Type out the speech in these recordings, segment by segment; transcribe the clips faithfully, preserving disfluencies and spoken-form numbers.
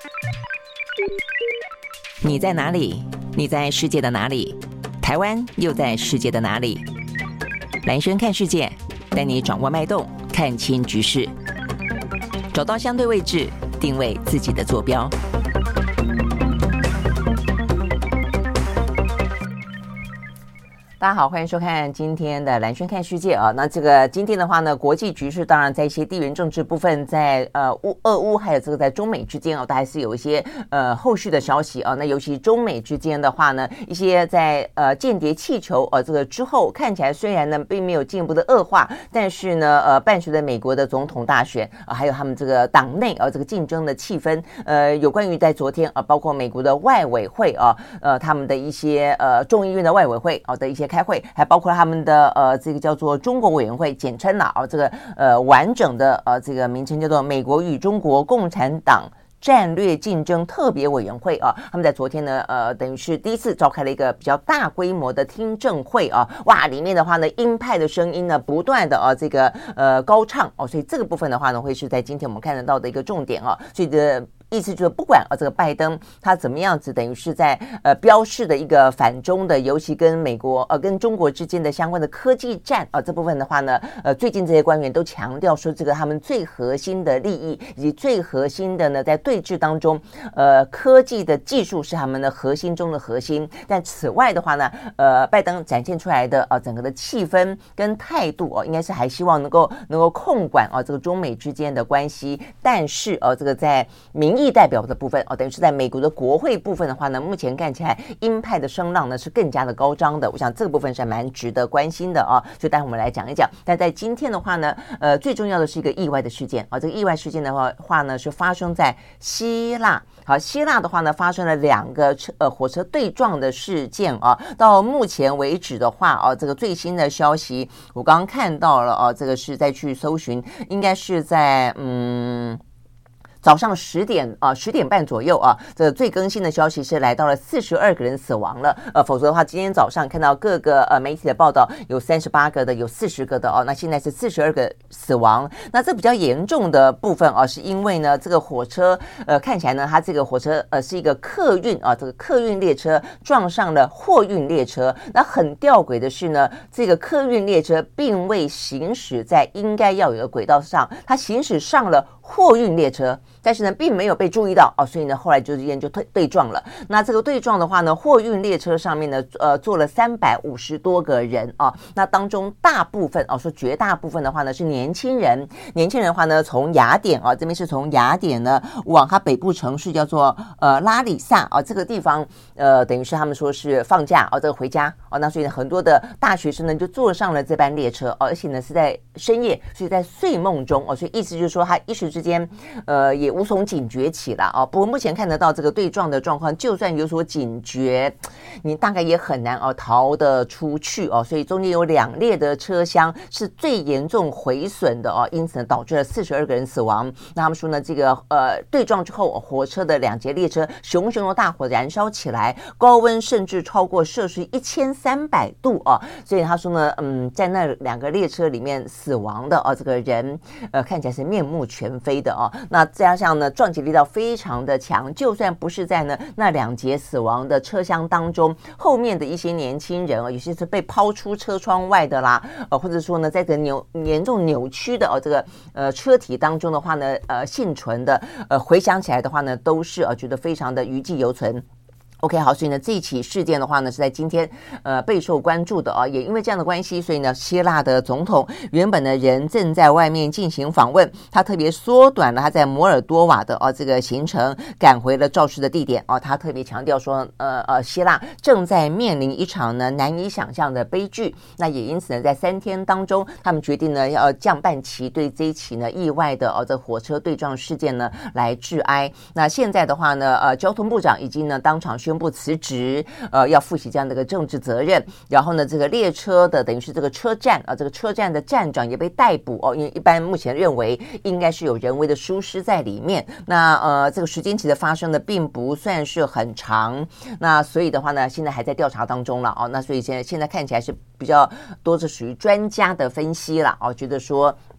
你在哪里？你在世界的哪里？台湾又在世界的哪里？蓝轩看世界，带你掌握脉动，看清局势，找到相对位置，定位自己的坐标。大家好，欢迎收看今天的蓝轩看世界啊。那这个今天的话呢，国际局势当然在一些地缘政治部分，在呃乌俄乌还有这个在中美之间啊，它还是有一些呃后续的消息啊。那尤其中美之间的话呢，一些在呃间谍气球呃这个之后，看起来虽然呢并没有进一步的恶化，但是呢呃伴随着美国的总统大选啊，还有他们这个党内啊这个竞争的气氛，呃有关于在昨天啊，包括美国的外委会啊，呃他们的一些呃众议院的外委会啊的一些开会，还包括他们的呃这个叫做中国委员会，简称啦啊这个呃完整的呃这个名称叫做美国与中国共产党战略竞争特别委员会啊，他们在昨天呢，呃，等于是第一次召开了一个比较大规模的听证会啊，哇，里面的话呢，鹰派的声音呢，不断的啊，这个呃高唱哦，所以这个部分的话呢，会是在今天我们看得到的一个重点啊，所以的。意思就是不管啊这个拜登他怎么样子，等于是在呃标示的一个反中的，尤其跟美国呃跟中国之间的相关的科技战啊这部分的话呢，呃最近这些官员都强调说，这个他们最核心的利益以及最核心的呢在对峙当中，呃科技的技术是他们的核心中的核心。但此外的话呢，呃拜登展现出来的啊、呃、整个的气氛跟态度哦，应该是还希望能够能够控管啊这个中美之间的关系，但是呃这个在民意代表的部分哦，等于是在美国的国会部分的话呢，目前看起来鹰派的声浪呢是更加的高涨的。我想这个部分是蛮值得关心的啊，所以待会我们来讲一讲。但在今天的话呢，呃，最重要的是一个意外的事件啊，这个意外事件的话话呢是发生在希腊。好，希腊的话呢发生了两个车呃火车对撞的事件啊。到目前为止的话啊，这个最新的消息我刚刚看到了啊，这个是再去搜寻，应该是在嗯。早上十点啊，十点半左右啊，这最更新的消息是来到了四十二个人死亡了。呃，否则的话，今天早上看到各个呃媒体的报道，有三十八个的，有四十个的哦。那现在是四十二个死亡。那这比较严重的部分啊，是因为呢，这个火车呃看起来呢，它这个火车呃是一个客运啊，这个客运列车撞上了货运列车。那很吊诡的是呢，这个客运列车并未行驶在应该要有的轨道上，它行驶上了货运列车。但是呢，并没有被注意到哦，所以呢，后来就之间就对对撞了。那这个对撞的话呢，货运列车上面呢，呃，坐了三百五十多个人啊。那当中大部分哦，说绝大部分的话呢是年轻人。年轻人的话呢，从雅典啊这边是从雅典呢往它北部城市叫做呃拉里萨啊这个地方，呃，等于是他们说是放假啊，这个回家啊。那所以呢，很多的大学生呢就坐上了这班列车，而且呢是在深夜，所以在睡梦中哦，所以意思就是说他一时之间呃也无从警觉起了啊！不过目前看得到这个对撞的状况，就算有所警觉，你大概也很难哦逃得出去哦。所以中间有两列的车厢是最严重毁损的哦，因此呢导致了四十二个人死亡。那他们说呢，这个呃对撞之后，火车的两节列车熊熊的大火燃烧起来，高温甚至超过摄氏一千三百度啊！所以他说呢，嗯，在那两个列车里面死亡的啊这个人，呃看起来是面目全非的啊。那加上呢撞击力道非常的强，就算不是在呢那两节死亡的车厢当中，后面的一些年轻人、哦、有些是被抛出车窗外的啦，呃，或者说呢在这个扭严重扭曲的哦这个呃车体当中的话呢，呃幸存的呃回想起来的话呢，都是呃觉得非常的余悸犹存。OK， 好，所以呢，这一起事件的话呢，是在今天呃备受关注的啊，也因为这样的关系，所以呢，希腊的总统原本的人正在外面进行访问，他特别缩短了他在摩尔多瓦的啊这个行程，赶回了肇事的地点啊，他特别强调说，呃呃，希腊正在面临一场呢难以想象的悲剧，那也因此呢，在三天当中，他们决定呢要降半旗，对这一起呢意外的哦这火车对撞事件呢来致哀。那现在的话呢，呃，交通部长已经呢当场宣宣布辞职，呃，要负起这样的一个政治责任。然后呢，这个列车的等于是这个车站啊、呃，这个车站的站长也被逮捕哦，因为一般目前认为应该是有人为的疏失在里面。那呃，这个时间其实发生的并不算是很长，那所以的话呢，现在还在调查当中了哦。那所以现在现在看起来是比较多是属于专家的分析了哦，觉得说。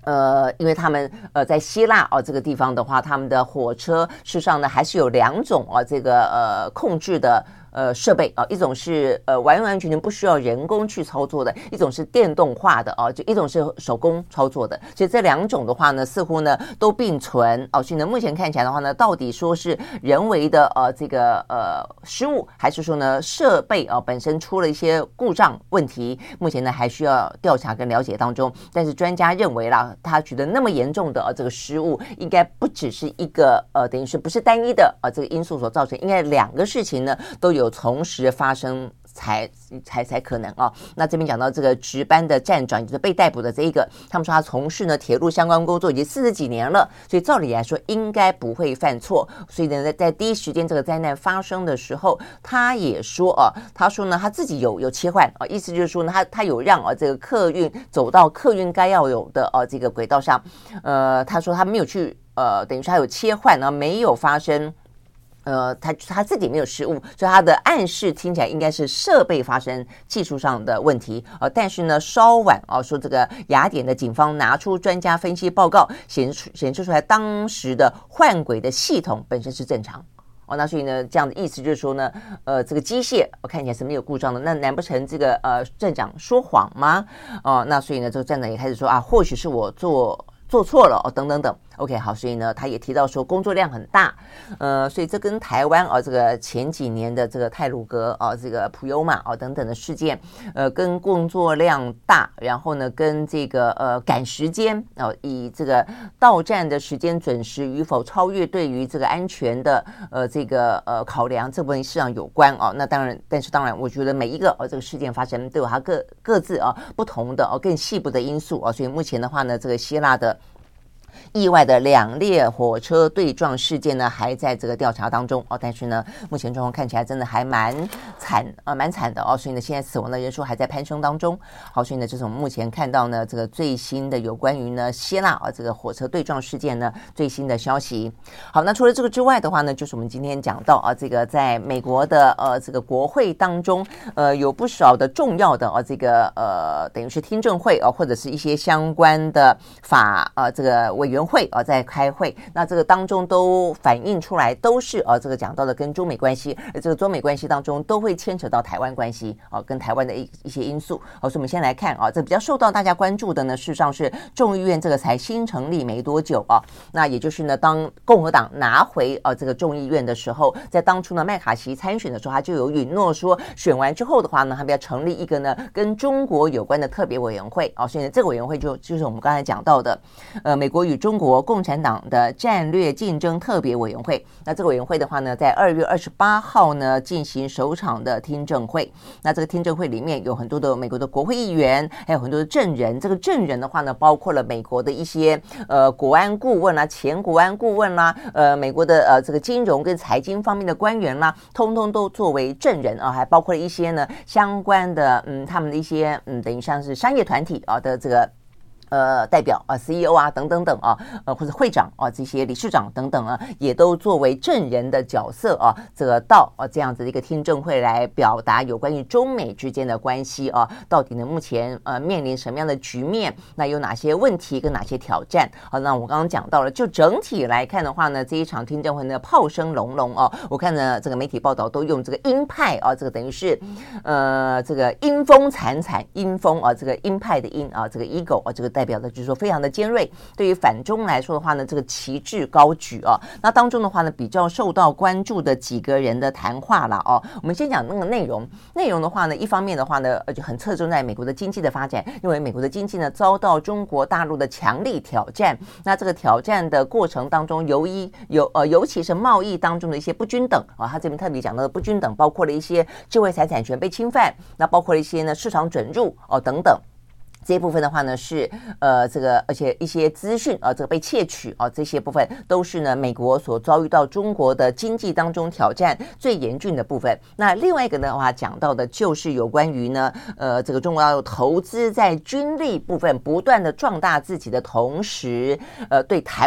呃，因为他们呃在希腊哦这个地方的话，他们的火车事实上呢还是有两种啊这个呃控制的。呃，设备啊，一种是呃完完全全不需要人工去操作的，一种是电动化的啊，就一种是手工操作的。所以这两种的话呢，似乎呢都并存哦。所以呢，目前看起来的话呢，到底说是人为的呃这个呃失误，还是说呢设备啊本身出了一些故障问题，目前呢还需要调查跟了解当中。但是专家认为啦，他觉得那么严重的呃这个失误，应该不只是一个呃等于是不是单一的呃这个因素所造成，应该两个事情呢都有。有同时发生才才才可能啊、哦。那这边讲到这个值班的站长，就是被逮捕的这一个，他们说他从事呢铁路相关工作已经四十几年了，所以照理来说应该不会犯错。所以呢，在在第一时间这个灾难发生的时候，他也说啊，他说呢他自己有有切换啊，意思就是说呢，他他有让啊这个客运走到客运该要有的啊这个轨道上，呃，他说他没有去呃，等于说他有切换呢，没有发生。呃，他他自己没有失误，所以他的暗示听起来应该是设备发生技术上的问题。呃，但是呢，稍晚啊、呃，说这个雅典的警方拿出专家分析报告，显出显示出来当时的换轨的系统本身是正常。哦，那所以呢，这样的意思就是说呢，呃，这个机械我看起来是没有故障的，那难不成这个呃站长说谎吗？哦、呃，那所以呢，这个站长也开始说啊，或许是我做做错了哦，等等等。OK， 好，所以呢，他也提到说工作量很大，呃，所以这跟台湾啊、哦、这个前几年的这个太鲁阁啊、哦、这个普悠玛啊、哦、等等的事件，呃，跟工作量大，然后呢，跟这个呃赶时间哦，以这个到站的时间准时与否超越对于这个安全的呃这个呃考量这部分事上有关哦。那当然，但是当然，我觉得每一个哦这个事件发生都有它各各自啊、哦、不同的哦更细部的因素啊、哦，所以目前的话呢，这个希腊的。意外的两列火车对撞事件呢，还在这个调查当中哦。但是呢，目前状况看起来真的还蛮惨啊，蛮惨的哦。所以呢，现在死亡的人数还在攀升当中。好，所以呢，这是我们目前看到呢这个最新的有关于呢希腊啊这个火车对撞事件呢最新的消息。好，那除了这个之外的话呢，就是我们今天讲到啊，这个在美国的呃这个国会当中，呃有不少的重要的啊这个呃等于是听证会啊，或者是一些相关的法啊这个。委员会啊在开会，那这个当中都反映出来都是啊这个讲到的跟中美关系，而这个中美关系当中都会牵扯到台湾关系啊，跟台湾的一一些因素。好，所以我们先来看啊，这比较受到大家关注的呢，事实上是众议院这个才新成立没多久啊，那也就是呢，当共和党拿回啊这个众议院的时候，在当初呢麦卡锡参选的时候，他就有允诺说，选完之后的话呢，他们要成立一个呢跟中国有关的特别委员会啊，所以呢这个委员会就就是我们刚才讲到的，呃，美国与中国共产党的战略竞争特别委员会。那这个委员会的话呢，在二月二十八号呢进行首场的听证会。那这个听证会里面有很多的美国的国会议员，还有很多的证人。这个证人的话呢，包括了美国的一些呃国安顾问啦、前国安顾问啦、呃美国的呃这个金融跟财经方面的官员啦，通通都作为证人啊，还包括了一些呢相关的嗯他们的一些嗯等于像是商业团体啊的这个。呃，代表啊 ，C E O 啊，等等等啊，呃，或者会长啊，这些理事长等等啊，也都作为证人的角色啊，这个到啊这样子的一个听证会来表达有关于中美之间的关系啊，到底呢目前呃面临什么样的局面？那有哪些问题跟哪些挑战？好，那我刚刚讲到了，就整体来看的话呢，这一场听证会呢炮声隆隆哦，我看呢这个媒体报道都用这个鹰派啊，这个等于是呃这个鹰风惨惨，鹰风啊，这个鹰派的鹰啊，这个 eagle 啊，这个代表的就是说非常的尖锐。对于反中来说的话呢，这个旗帜高举啊。那当中的话呢，比较受到关注的几个人的谈话啦哦。我们先讲那个内容，内容的话呢，一方面的话呢，就很侧重在美国的经济的发展，因为美国的经济呢遭到中国大陆的强力挑战。那这个挑战的过程当中，由于有呃，尤其是贸易当中的一些不均等啊，他这边特别讲到的不均等，包括了一些智慧财产权被侵犯，那包括了一些呢市场准入哦等等。这一部分的话呢是呃这个，而且一些资讯啊、呃、这个被窃取啊、呃、这些部分都是呢美国所遭遇到中国的经济当中挑战最严峻的部分。那另外一个的话讲到的就是有关于呢呃这个中国要投资在军力部分不断的壮大自己的同时，呃对台湾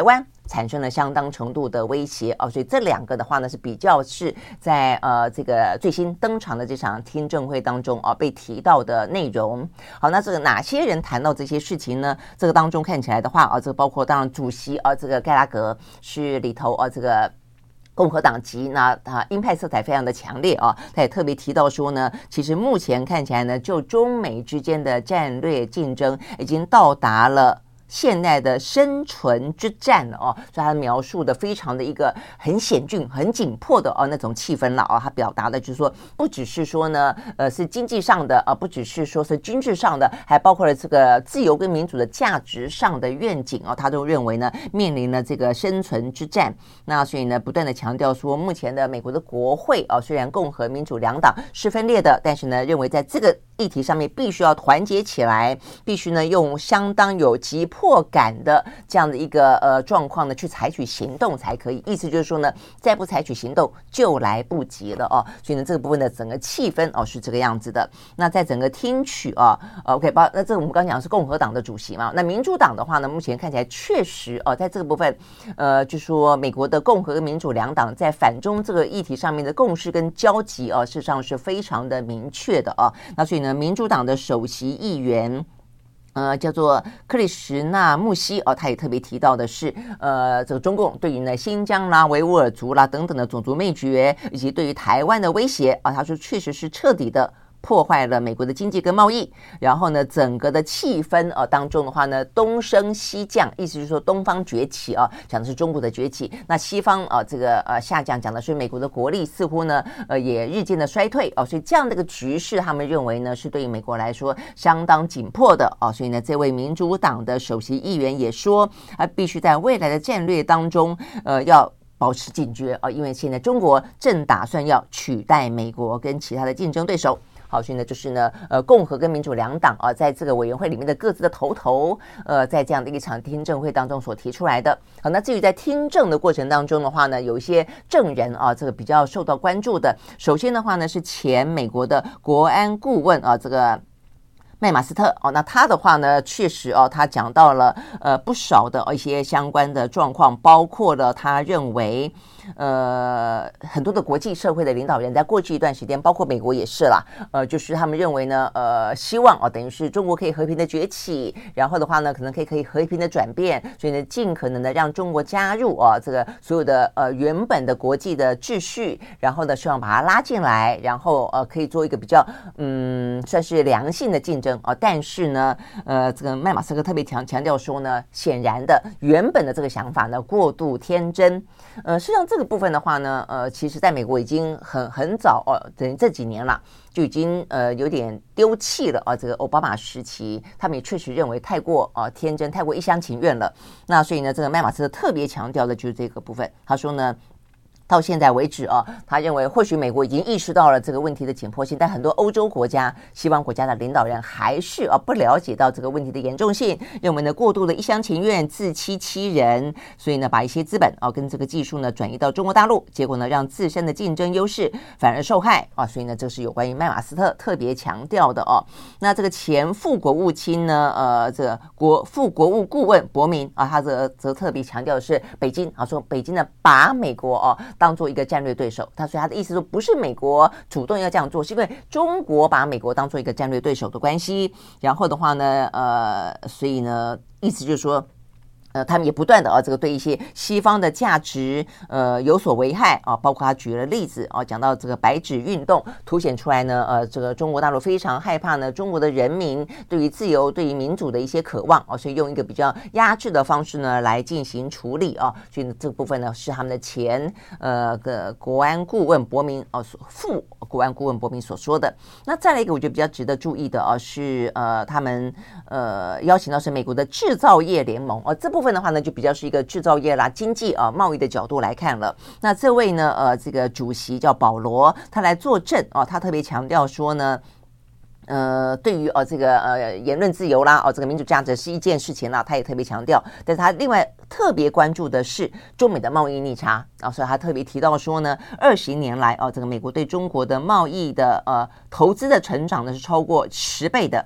产生了相当程度的威胁哦，所以这两个的话呢是比较是在呃这个最新登场的这场听证会当中啊被提到的内容。好，那这个哪些人谈到这些事情呢？这个当中看起来的话啊，这个包括当然主席啊，这个盖拉格是里头啊这个。共和党籍，那他鹰派色彩非常的强烈啊，他也特别提到说呢，其实目前看起来呢，就中美之间的战略竞争已经到达了现在的生存之战了哦，所以他描述的非常的一个很险峻、很紧迫的哦那种气氛了哦。他表达的就是说，不只是说呢，呃，是经济上的啊，不只是说是军事上的，还包括了这个自由跟民主的价值上的愿景哦。他都认为呢，面临了这个生存之战。那所以呢，不断的强调说，目前的美国的国会哦，虽然共和民主两党是分裂的，但是呢，认为在这个议题上面必须要团结起来，必须呢用相当有急迫感的这样的一个呃状况呢去采取行动才可以。意思就是说呢，再不采取行动就来不及了哦。所以呢，这个部分的整个气氛哦是这个样子的。那在整个听取啊 ，OK， 包那这个我们刚刚讲的是共和党的主席嘛，那民主党的话呢，目前看起来确实哦，在这个部分呃，就说美国的共和跟民主两党在反中这个议题上面的共识跟交集哦，事实上是非常的明确的哦。那所以呢，民主党的首席议员。呃，叫做克里什纳穆西哦，他也特别提到的是，呃，这个中共对于呢新疆啦、维吾尔族啦等等的种族灭绝，以及对于台湾的威胁啊，他说确实是彻底的破坏了美国的经济跟贸易，然后呢，整个的气氛呃当中的话呢，东升西降，意思就是说东方崛起啊，讲的是中国的崛起，那西方啊这个呃下降，讲的是美国的国力似乎呢呃也日渐的衰退哦，所以这样的一个局势，他们认为呢是对于美国来说相当紧迫的哦，所以呢，这位民主党的首席议员也说，啊，必须在未来的战略当中，呃要。保持警觉啊，因为现在中国正打算要取代美国跟其他的竞争对手。好，所以呢，就是呢，呃，共和跟民主两党啊，在这个委员会里面的各自的头头，呃，在这样的一场听证会当中所提出来的。好，那至于在听证的过程当中的话呢，有一些证人啊，这个比较受到关注的。首先的话呢，是前美国的国安顾问啊，这个。麦马斯特哦，那他的话呢，确实哦，他讲到了呃不少的一些相关的状况，包括了他认为呃很多的国际社会的领导人在过去一段时间，包括美国也是啦，呃，就是他们认为呢，呃，希望哦，等于是中国可以和平的崛起，然后的话呢，可能可以可以和平的转变，所以呢，尽可能的让中国加入哦这个所有的呃原本的国际的秩序，然后呢，希望把它拉进来，然后呃可以做一个比较嗯算是良性的竞争。啊，但是呢，呃，这个麦马斯克特别强强调说呢，显然的，原本的这个想法呢过度天真。呃，实际上这个部分的话呢，呃，其实在美国已经很很早哦，等于这几年了，就已经呃有点丢弃了啊。这个奥巴马时期，他们也确实认为太过啊天真，太过一厢情愿了。那所以呢，这个麦马斯克特别强调的就是这个部分。他说呢。到现在为止啊，他认为或许美国已经意识到了这个问题的紧迫性，但很多欧洲国家、西方国家的领导人还是啊不了解到这个问题的严重性，认为呢过度的一厢情愿、自欺欺人，所以呢把一些资本啊跟这个技术呢转移到中国大陆，结果呢让自身的竞争优势反而受害啊，所以呢这是有关于麦马斯特特别强调的哦。那这个前副国务卿呢，呃，这个国副国务顾问伯明啊，他则则特别强调的是北京啊，说北京呢把美国哦。当做一个战略对手，他所以他的意思说，不是美国主动要这样做，是因为中国把美国当做一个战略对手的关系。然后的话呢，呃，所以呢，意思就是说。呃，他们也不断的啊，这个对一些西方的价值呃有所危害啊，包括他举了例子啊，讲到这个白纸运动，凸显出来呢，呃，这个中国大陆非常害怕呢，中国的人民对于自由、对于民主的一些渴望啊，所以用一个比较压制的方式呢来进行处理啊，所以这个部分呢是他们的前呃个国安顾问伯明哦，副国安顾问伯明所说的。那再来一个，我觉得比较值得注意的啊是呃他们呃邀请到是美国的制造业联盟哦，这部分。部分的话呢，就比较是一个制造业啦、经济啊、贸易的角度来看了。那这位呢，呃，这个主席叫保罗，他来作证哦，他特别强调说呢。呃，对于呃这个呃言论自由啦，哦这个民主价值是一件事情啦，他也特别强调。但是他另外特别关注的是中美的贸易逆差啊，所以他特别提到说呢，二十年来哦，这个美国对中国的贸易的呃投资的成长呢是超过十倍的。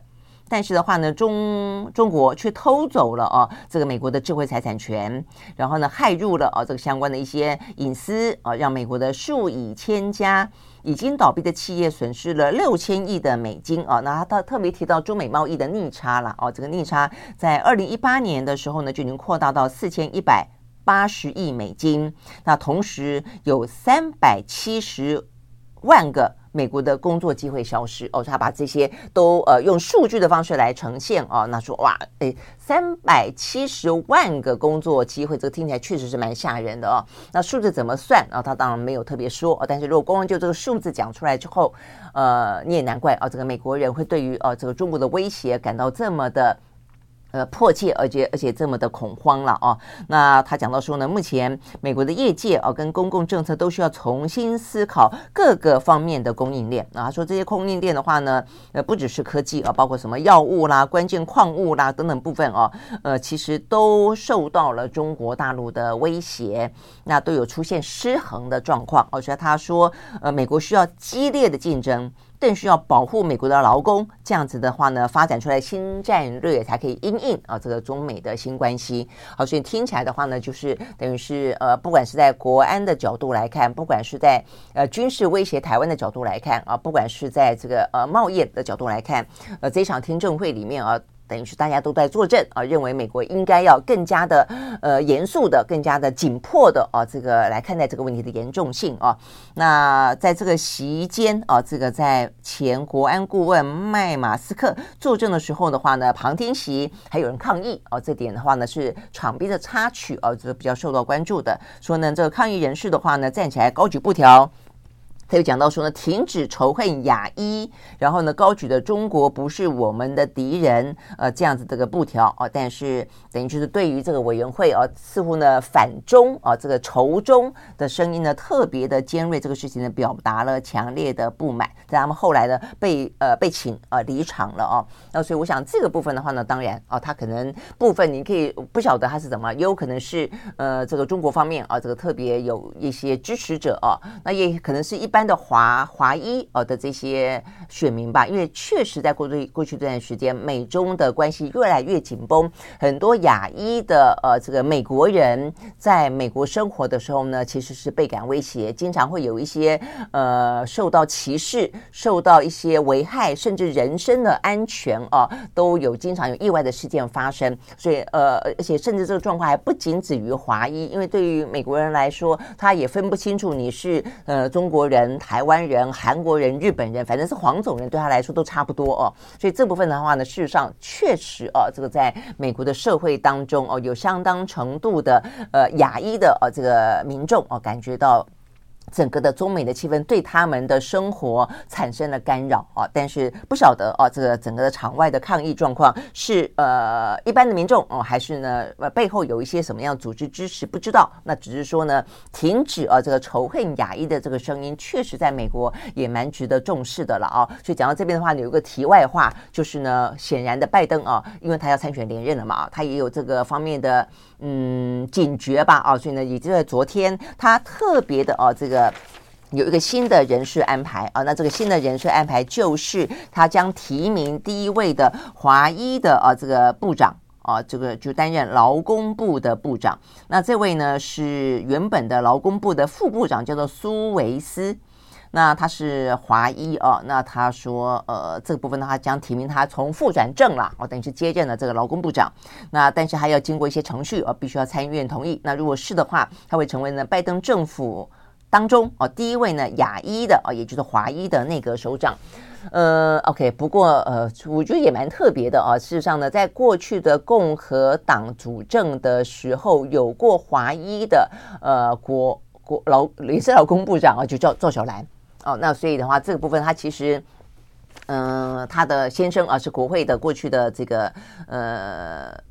但是的话呢，中中国却偷走了哦这个美国的智慧财产权，然后呢害入了哦这个相关的一些隐私啊、哦，让美国的数以千家已经倒闭的企业损失了六千亿的美金啊、哦。那他特别提到中美贸易的逆差了哦，这个逆差在二零一八年的时候呢就已经扩大到四千一百八十亿美金。那同时有三百七十万个美国的工作机会消失哦，他把这些都呃用数据的方式来呈现哦，那说哇，哎，三百七十万个工作机会，这个听起来确实是蛮吓人的哦。那数字怎么算啊、哦？他当然没有特别说哦，但是如果光光就这个数字讲出来之后，呃，你也难怪啊、哦，这个美国人会对于呃这个中国的威胁感到这么的。呃，迫切，而且而且这么的恐慌了哦。那他讲到说呢，目前美国的业界哦跟公共政策都需要重新思考各个方面的供应链啊。他说这些供应链的话呢，呃，不只是科技啊，包括什么药物啦、关键矿物啦等等部分哦，呃，其实都受到了中国大陆的威胁，那都有出现失衡的状况。而且他说，呃，美国需要激烈的竞争。更需要保护美国的劳工，这样子的话呢，发展出来新战略才可以因应啊这个中美的新关系。好，所以听起来的话呢，就是等于是呃，不管是在国安的角度来看，不管是在呃军事威胁台湾的角度来看啊，不管是在这个呃贸易的角度来看，呃这场听证会里面啊。等于是大家都在作证啊，认为美国应该要更加的呃严肃的、更加的紧迫的啊，这个来看待这个问题的严重性啊。那在这个席间啊，这个在前国安顾问麦马斯克作证的时候的话呢，旁听席还有人抗议啊，这点的话呢是场边的插曲啊，这比较受到关注的。说呢，这个抗议人士的话呢，站起来高举布条。他又讲到说呢，停止仇恨亚裔，然后呢，高举的中国不是我们的敌人，呃，这样子这个布条啊、哦，但是等于就是对于这个委员会啊、哦，似乎呢反中啊、哦，这个仇中的声音呢特别的尖锐，这个事情呢表达了强烈的不满，在他们后来呢被呃被请呃离场了哦，那所以我想这个部分的话呢，当然啊、哦，他可能部分你可以不晓得他是怎么，也有可能是呃这个中国方面啊、哦，这个特别有一些支持者啊、哦，那也可能是一般的华华裔呃的这些选民吧，因为确实在过去过去这段时间，美中的关系越来越紧绷，很多亚裔的呃这个美国人在美国生活的时候呢，其实是倍感威胁，经常会有一些呃受到歧视、受到一些危害，甚至人身的安全啊、呃、都有经常有意外的事件发生，所以呃而且甚至这个状况还不仅止于华裔，因为对于美国人来说，他也分不清楚你是呃中国人、台湾人、韩国人、日本人，反正是黄种人，对他来说都差不多哦。所以这部分的话呢，事实上确实哦，这个在美国的社会当中哦，有相当程度的呃亚裔的哦这个民众哦感觉到。整个的中美的气氛对他们的生活产生了干扰啊，但是不晓得啊，这个整个的场外的抗议状况是呃一般的民众哦，还是呢呃背后有一些什么样组织支持，不知道。那只是说呢，停止啊这个仇恨亚裔的这个声音，确实在美国也蛮值得重视的了啊。所以讲到这边的话，有一个题外话，就是呢，显然的拜登啊，因为他要参选连任了嘛，他也有这个方面的嗯警觉吧啊，所以呢，也就在昨天，他特别的啊这个。有一个新的人事安排啊，那这个新的人事安排就是他将提名第一位的华裔的啊这个部长啊，这个就担任劳工部的部长。那这位呢是原本的劳工部的副部长，叫做苏维斯。那他是华裔哦，那他说呃这个部分的话将提名他从副转正啦，哦等于是接任了这个劳工部长。那但是还要经过一些程序哦，必须要参议院同意。那如果是的话，他会成为呢拜登政府当中哦，第一位呢亚裔的哦，也就是华裔的内阁首长。呃 ，OK， 不过呃，我觉得也蛮特别的啊。事实上呢，在过去的共和党主政的时候，有过华裔的呃国国劳也是劳工部长啊，就叫赵小兰哦。那所以的话，这个部分他其实。嗯、呃，他的先生啊是国会的过去的这个呃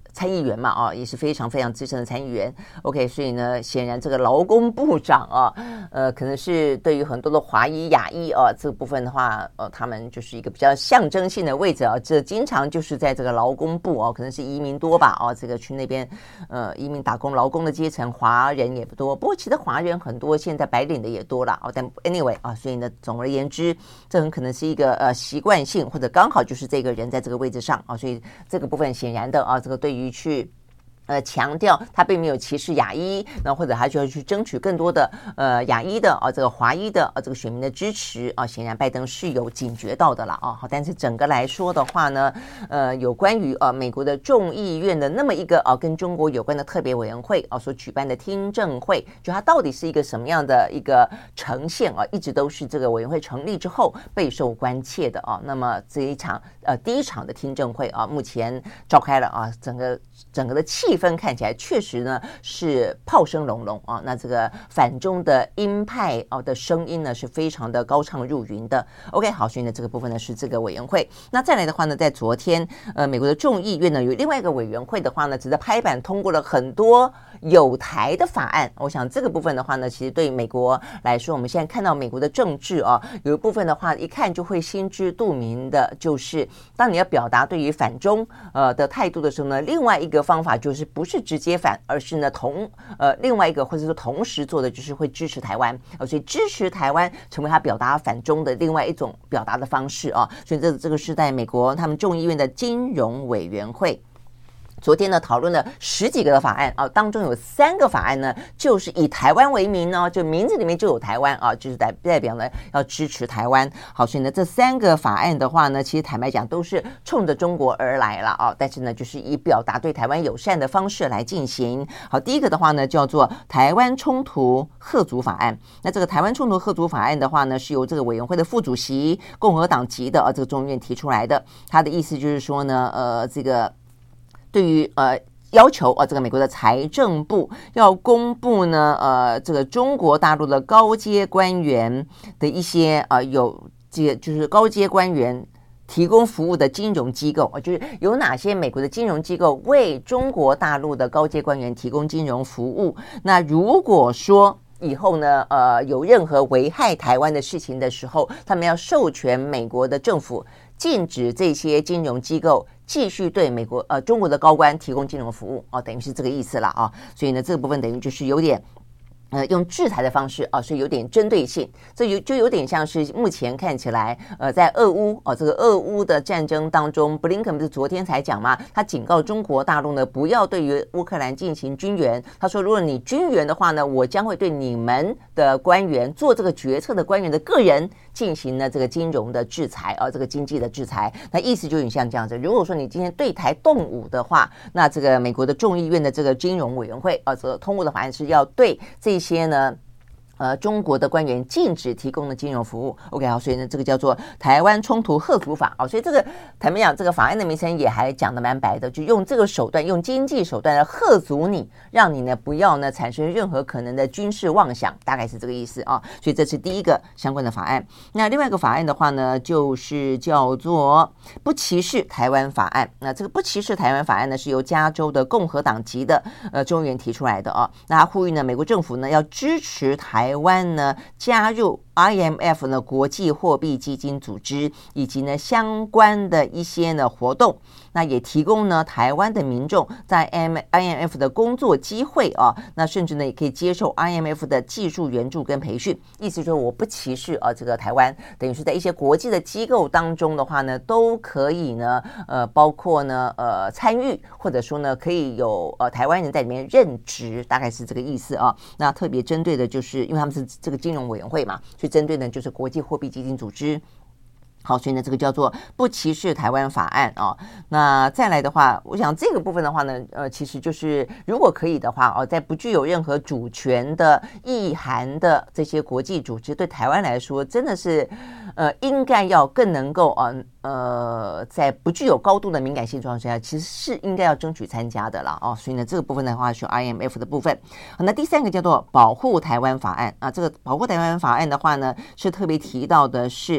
参议员嘛，啊，也是非常非常资深的参议员。OK， 所以呢，显然这个劳工部长啊，呃，可能是对于很多的华裔、亚裔啊这个部分的话，呃，他们就是一个比较象征性的位置啊。这经常就是在这个劳工部哦、啊，可能是移民多吧，哦、啊，这个去那边呃移民打工劳工的阶层，华人也不多。不过其实华人很多，现在白领的也多了哦。但 anyway 啊，所以呢，总而言之，这很可能是一个呃习惯性，或者刚好就是这个人在这个位置上啊，所以这个部分显然的啊，这个对于去呃强调他并没有歧视亚裔，那或者他就要去争取更多的呃亚裔的啊这个华裔的啊这个选民的支持啊，显然拜登是有警觉到的了啊。好，但是整个来说的话呢，呃有关于呃美国的众议院的那么一个啊跟中国有关的特别委员会啊所举办的听证会，就它到底是一个什么样的一个呈现啊，一直都是这个委员会成立之后备受关切的啊。那么这一场呃第一场的听证会啊，目前召开了啊，整个整个的气氛看起来确实呢是炮声隆隆啊，那这个反中的鹰派啊的声音呢是非常的高唱入云的。OK， 好，所以呢这个部分呢是这个委员会。那再来的话呢，在昨天呃美国的众议院呢有另外一个委员会的话呢，只是拍板通过了很多有台的法案。我想这个部分的话呢，其实对美国来说，我们现在看到美国的政治啊，有一部分的话一看就会心知肚明的，就是当你要表达对于反中呃的态度的时候呢，另外一个方法就是不是直接反，而是呢同呃另外一个或者说同时做的就是会支持台湾，呃、所以支持台湾成为他表达反中的另外一种表达的方式啊。所以这这个是在美国他们众议院的金融委员会。昨天呢，讨论了十几个的法案啊，当中有三个法案呢，就是以台湾为名呢，就名字里面就有台湾啊，就是代代表呢要支持台湾。好，所以呢，这三个法案的话呢，其实坦白讲都是冲着中国而来了啊，但是呢，就是以表达对台湾友善的方式来进行。好，第一个的话呢，叫做台湾冲突吓阻法案。那这个台湾冲突吓阻法案的话呢，是由这个委员会的副主席共和党籍的啊这个众议院提出来的。他的意思就是说呢，呃，这个。对于呃要求啊，这个美国的财政部要公布呢，呃，这个中国大陆的高阶官员的一些呃有这个就是高阶官员提供服务的金融机构啊，就是有哪些美国的金融机构为中国大陆的高阶官员提供金融服务？那如果说以后呢，呃，有任何危害台湾的事情的时候，他们要授权美国的政府禁止这些金融机构继续对美国呃中国的高官提供金融服务啊，等于是这个意思了啊。所以呢，这个部分等于就是有点。呃，用制裁的方式啊，所以有点针对性，这有就有点像是目前看起来，呃，在俄乌哦这个俄乌的战争当中，布林肯不是昨天才讲嘛，他警告中国大陆呢，不要对于乌克兰进行军援。他说，如果你军援的话呢，我将会对你们的官员做这个决策的官员的个人进行呢这个金融的制裁啊，这个经济的制裁。那意思就有点像这样子。如果说你今天对台动武的话，那这个美国的众议院的这个金融委员会啊，这个通过的法案是要对这一些呢，呃，中国的官员禁止提供的金融服务。OK， 好，所以呢，这个叫做台湾冲突吓阻法啊。所以这个坦白讲，这个法案的名称也还讲得蛮白的，就用这个手段，用经济手段来吓阻你，让你呢不要呢产生任何可能的军事妄想，大概是这个意思啊。所以这是第一个相关的法案。那另外一个法案的话呢，就是叫做不歧视台湾法案。那这个不歧视台湾法案呢，是由加州的共和党籍的呃众议员提出来的啊。那他呼吁呢，美国政府呢要支持台湾呢加入 I M F 呢国际货币基金组织以及呢相关的一些呢活动，那也提供呢台湾的民众在 I M F 的工作机会啊，那甚至呢也可以接受 I M F 的技术援助跟培训。意思就是我不歧视啊这个台湾，等于是在一些国际的机构当中的话呢，都可以呢呃包括呢呃参与，或者说呢可以有呃台湾人在里面任职，大概是这个意思啊。那特别针对的就是因为他们是这个金融委员会嘛，所以针对的就是国际货币基金组织。好，所以呢，这个叫做不歧视台湾法案啊。那再来的话，我想这个部分的话呢，呃，其实就是如果可以的话哦，在不具有任何主权的意涵的这些国际组织，对台湾来说，真的是呃，应该要更能够啊呃，在不具有高度的敏感性状况下，其实是应该要争取参加的了哦。所以呢，这个部分的话是 I M F 的部分。好，那第三个叫做保护台湾法案啊，这个保护台湾法案的话呢，是特别提到的是。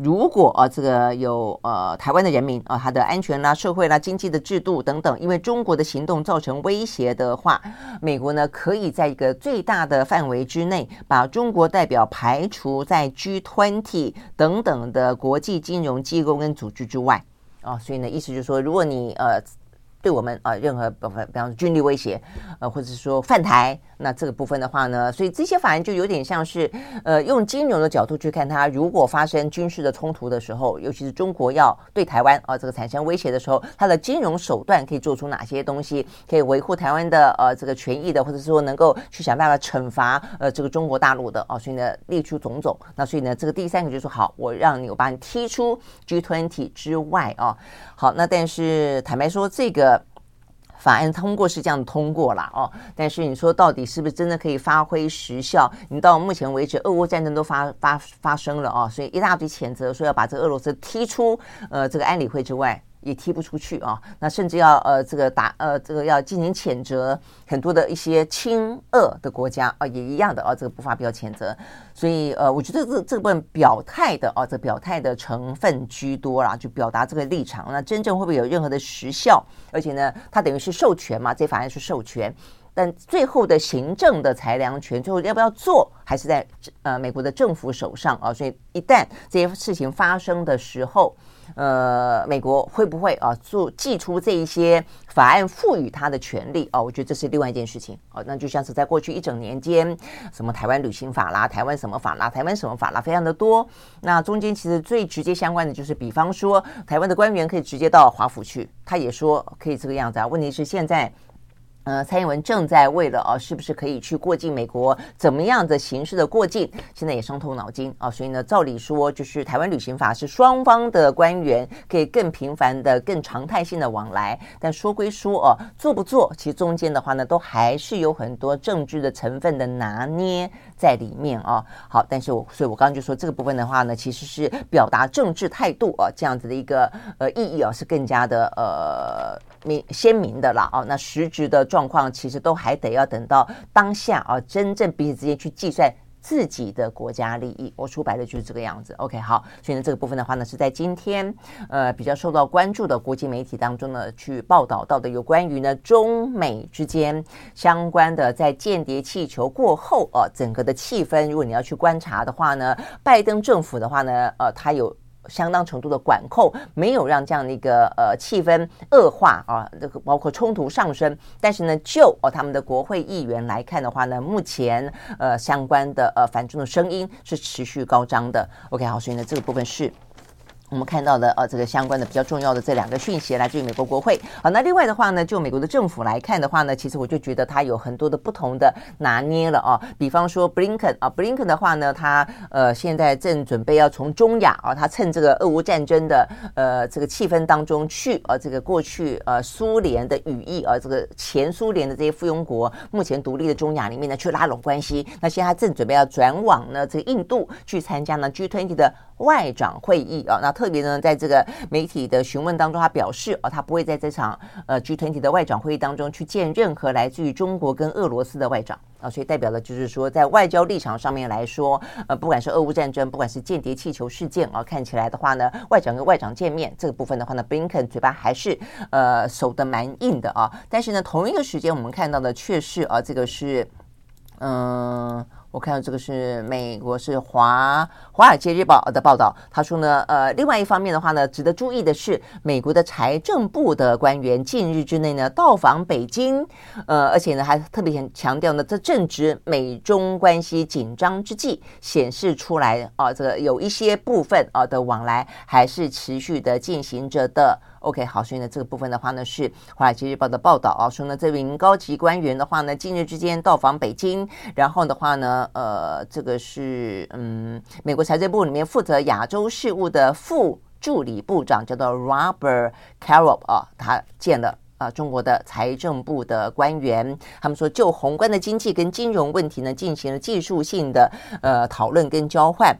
如果啊这个有呃台湾的人民啊他的安全啦、社会啦、经济的制度等等，因为中国的行动造成威胁的话，美国呢可以在一个最大的范围之内把中国代表排除在 G 二十 等等的国际金融机构跟组织之外啊。所以呢，意思就是说，如果你呃对我们啊、呃、任何比方说军力威胁，呃或者是说犯台，那这个部分的话呢，所以这些法案就有点像是呃用金融的角度去看它，如果发生军事的冲突的时候，尤其是中国要对台湾啊、呃、这个产生威胁的时候，它的金融手段可以做出哪些东西，可以维护台湾的呃这个权益的，或者说能够去想办法惩罚呃这个中国大陆的啊、呃，所以呢列出种种。那所以呢，这个第三个就是说，好，我让你我把你踢出 G 二十 之外啊。好，那但是坦白说，这个法案通过是这样通过啦哦，但是你说到底是不是真的可以发挥实效？你到目前为止，俄乌战争都发发发生了哦，所以一大堆谴责说要把这个俄罗斯踢出呃这个安理会之外，也踢不出去啊。那甚至要呃这个打呃这个要进行谴责很多的一些亲俄的国家啊，也一样的啊，这个不发表谴责。所以呃，我觉得这这部分表态的啊，这表态的成分居多啦，就表达这个立场。那真正会不会有任何的实效？而且呢，它等于是授权嘛，这法案是授权。但最后的行政的裁量权，最后要不要做，还是在呃美国的政府手上啊。所以一旦这些事情发生的时候，呃，美国会不会啊做祭出这一些法案赋予他的权利啊？我觉得这是另外一件事情啊。那就像是在过去一整年间，什么台湾旅行法啦、台湾什么法啦、台湾什么法啦，非常的多。那中间其实最直接相关的就是，比方说台湾的官员可以直接到华府去，他也说可以这个样子啊。问题是现在。呃，蔡英文正在为了啊，是不是可以去过境美国，怎么样的形式的过境，现在也伤透脑筋啊。所以呢，照理说，就是台湾旅行法是双方的官员可以更频繁的、更常态性的往来。但说归说哦，做不做，其实中间的话呢，都还是有很多政治的成分的拿捏在里面啊。好，但是我，所以我刚刚就说这个部分的话呢，其实是表达政治态度啊，这样子的一个呃意义啊，是更加的呃。明鲜明的啦哦，那实质的状况其实都还得要等到当下啊，真正彼此之间去计算自己的国家利益。我说白了就是这个样子。OK， 好，所以呢这个部分的话呢，是在今天呃比较受到关注的国际媒体当中呢，去报道到的有关于呢中美之间相关的在间谍气球过后啊、呃，整个的气氛，如果你要去观察的话呢，拜登政府的话呢，呃，他有。相当程度的管控，没有让这样的一个呃气氛恶化啊，这个包括冲突上升。但是呢，就哦他们的国会议员来看的话呢，目前呃相关的呃反中的声音是持续高涨的。OK， 好，所以呢这个部分是。我们看到的呃，这个相关的比较重要的这两个讯息来自于美国国会。好，那另外的话呢，就美国的政府来看的话呢，其实我就觉得它有很多的不同的拿捏了啊。比方说 Blinken 啊 ，Blinken 的话呢，他呃现在正准备要从中亚啊，他趁这个俄乌战争的呃这个气氛当中去啊，这个过去呃苏联的羽翼啊，这个前苏联的这些附庸国目前独立的中亚里面呢，去拉拢关系。那现在他正准备要转往呢这个印度去参加呢 G 二十 的外长会议啊。那特别呢，在这个媒体的询问当中，他表示哦，他不会在这场呃 G 二十 的外长会议当中去见任何来自于中国跟俄罗斯的外长啊，所以代表的就是说，在外交立场上面来说，呃，不管是俄乌战争，不管是间谍气球事件啊，看起来的话呢，外长跟外长见面这个部分的话呢 ，Blinken 嘴巴还是呃守得蛮硬的啊。但是呢，同一个时间我们看到的却是啊，这个是嗯。呃我看到这个是美国是华华尔街日报的报道，他说呢，呃，另外一方面的话呢，值得注意的是，美国的财政部的官员近日之内呢到访北京，呃，而且呢还特别强调呢，这正值美中关系紧张之际，显示出来啊、呃，这个有一些部分啊、呃、的往来还是持续的进行着的。OK， 好，所以呢，这个部分的话呢，是华尔街日报的报道啊，说呢，这名高级官员的话呢，近日之间到访北京，然后的话呢，呃，这个是嗯，美国财政部里面负责亚洲事务的副助理部长叫做 Robert Carob 啊，他见了啊中国的财政部的官员，他们说就宏观的经济跟金融问题呢，进行了技术性的呃讨论跟交换。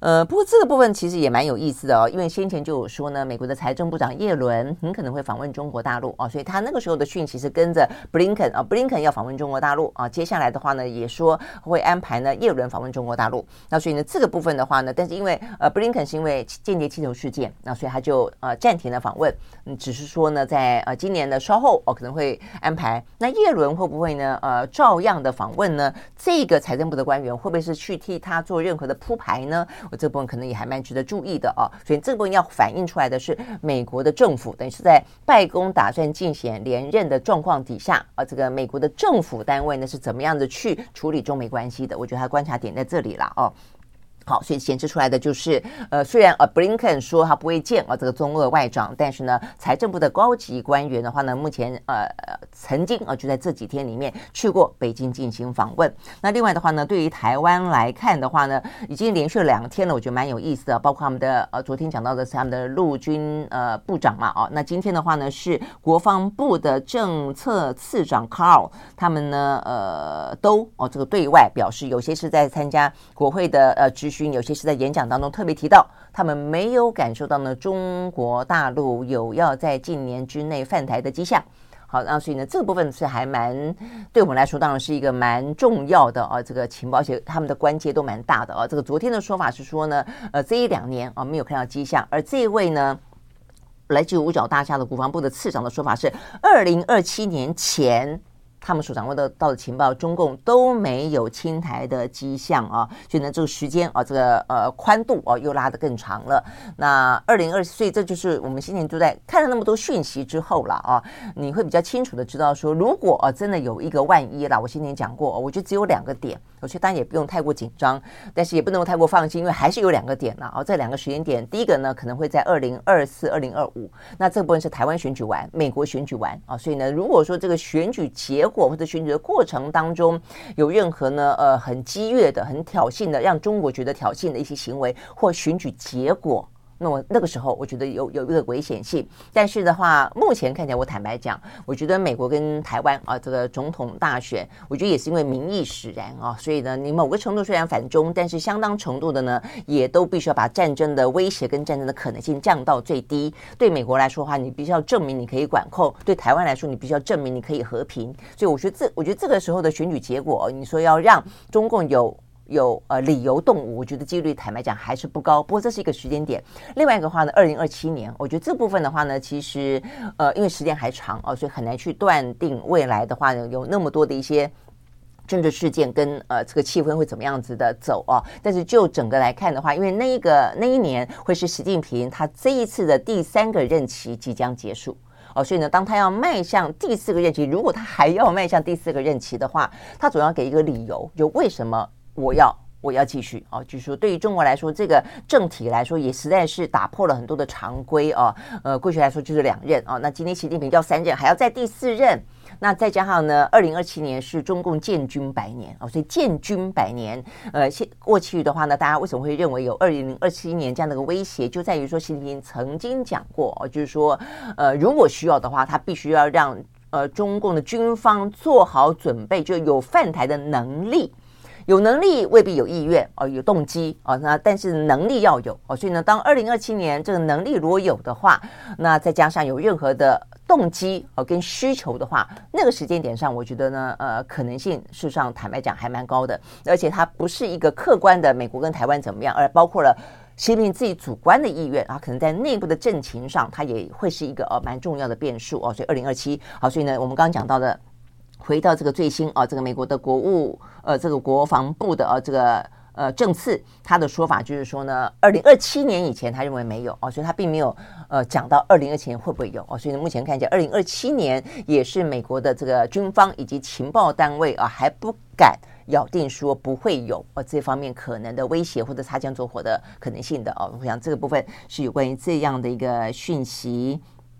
呃，不过这个部分其实也蛮有意思的哦，因为先前就有说呢，美国的财政部长耶伦很可能会访问中国大陆哦，所以他那个时候的讯息是跟着布林肯啊，布林肯要访问中国大陆啊，接下来的话呢，也说会安排呢耶伦访问中国大陆。那所以呢，这个部分的话呢，但是因为呃布林肯是因为间谍气球事件，那所以他就呃暂停了访问，嗯，只是说呢，在呃今年的稍后哦可能会安排。那耶伦会不会呢？呃，照样的访问呢？这个财政部的官员会不会是去替他做任何的铺排呢？我这部分可能也还蛮值得注意的哦。所以这部分要反映出来的是美国的政府，等于是在拜登打算竞选连任的状况底下啊，这个美国的政府单位呢是怎么样的去处理中美关系的？我觉得他观察点在这里了哦。好，所以显示出来的就是，呃，虽然呃布林肯说他不会见啊这个中俄外长，但是呢，财政部的高级官员的话呢，目前呃曾经啊就在这几天里面去过北京进行访问。那另外的话呢，对于台湾来看的话呢，已经连续两天了，我觉得蛮有意思的，包括他们的呃昨天讲到的是他们的陆军呃部长嘛，哦，那今天的话呢是国防部的政策次长 Carl， 他们呢呃都哦这个对外表示，有些是在参加国会的呃执有些是在演讲当中特别提到，他们没有感受到呢中国大陆有要在近年之内犯台的迹象。好，那所以呢这个部分是还蛮对我们来说当然是一个蛮重要的啊这个情报，而且他们的关节都蛮大的啊。这个昨天的说法是说呢，呃这一两年啊没有看到迹象，而这一位呢来自于五角大厦的国防部的次长的说法是，二零二七年前。他们所掌握的到的情报，中共都没有侵台的迹象啊，所以呢，这个时间啊，这个呃宽度啊，又拉得更长了。那二零二，所以这就是我们今年都在看了那么多讯息之后了啊，你会比较清楚的知道说，如果啊真的有一个万一啦，我今年讲过，我觉得只有两个点，我觉得当然也不用太过紧张，但是也不能太过放心，因为还是有两个点啦啊，这两个时间点，第一个呢可能会在二零二四、二零二五，那这部分是台湾选举完，美国选举完啊，所以呢，如果说这个选举结果或者选举的过程当中有任何呢呃很激越的、很挑衅的，让中国觉得挑衅的一些行为或选举结果，那么那个时候我觉得有有一个危险性。但是的话，目前看起来，我坦白讲，我觉得美国跟台湾啊这个总统大选，我觉得也是因为民意使然啊，所以呢，你某个程度虽然反中，但是相当程度的呢，也都必须要把战争的威胁跟战争的可能性降到最低。对美国来说的话，你必须要证明你可以管控；对台湾来说，你必须要证明你可以和平。所以我觉得这，我觉得这个时候的选举结果，你说要让中共有。有呃理由动武，我觉得几率坦白讲还是不高，不过这是一个时间点。另外一个话呢，二零二七年，我觉得这部分的话呢，其实呃因为时间还长哦，所以很难去断定未来的话呢，有那么多的一些政治事件跟呃这个气氛会怎么样子的走啊。但是就整个来看的话，因为那一个那一年会是习近平他这一次的第三个任期即将结束。哦，所以呢，当他要迈向第四个任期，如果他还要迈向第四个任期的话，他总要给一个理由，就为什么我要我要继续啊，就是说对于中国来说，这个政体来说也实在是打破了很多的常规啊。呃，过去来说就是两任啊，那今天习近平要三任，还要再第四任。那再加上呢，二零二七年是中共建军百年哦，所以建军百年，呃，过去的话呢，大家为什么会认为有二零二七年这样的一个威胁，就在于说习近平曾经讲过哦，就是说，呃，如果需要的话，他必须要让呃中共的军方做好准备，就有犯台的能力。有能力未必有意愿哦，有动机哦，那但是能力要有哦，所以呢，当二零二七年这个能力如果有的话，那再加上有任何的动机哦跟需求的话，那个时间点上，我觉得呢，呃，可能性事实上坦白讲还蛮高的，而且它不是一个客观的美国跟台湾怎么样，而包括了习近平自己主观的意愿啊，可能在内部的政情上，它也会是一个呃蛮重要的变数哦，所以二零二七好，所以呢，我们刚刚讲到的。回到这个最新啊，这个美国的国务呃，这个国防部的呃这个呃政次，他的说法就是说呢，二零二七年以前他认为没有哦，所以他并没有呃讲到二零二七年会不会有哦，所以呢目前看起来二零二七年也是美国的这个军方以及情报单位啊还不敢咬定说不会有呃这方面可能的威胁或者擦枪走火的可能性的哦，我想这个部分是有关于这样的一个讯息。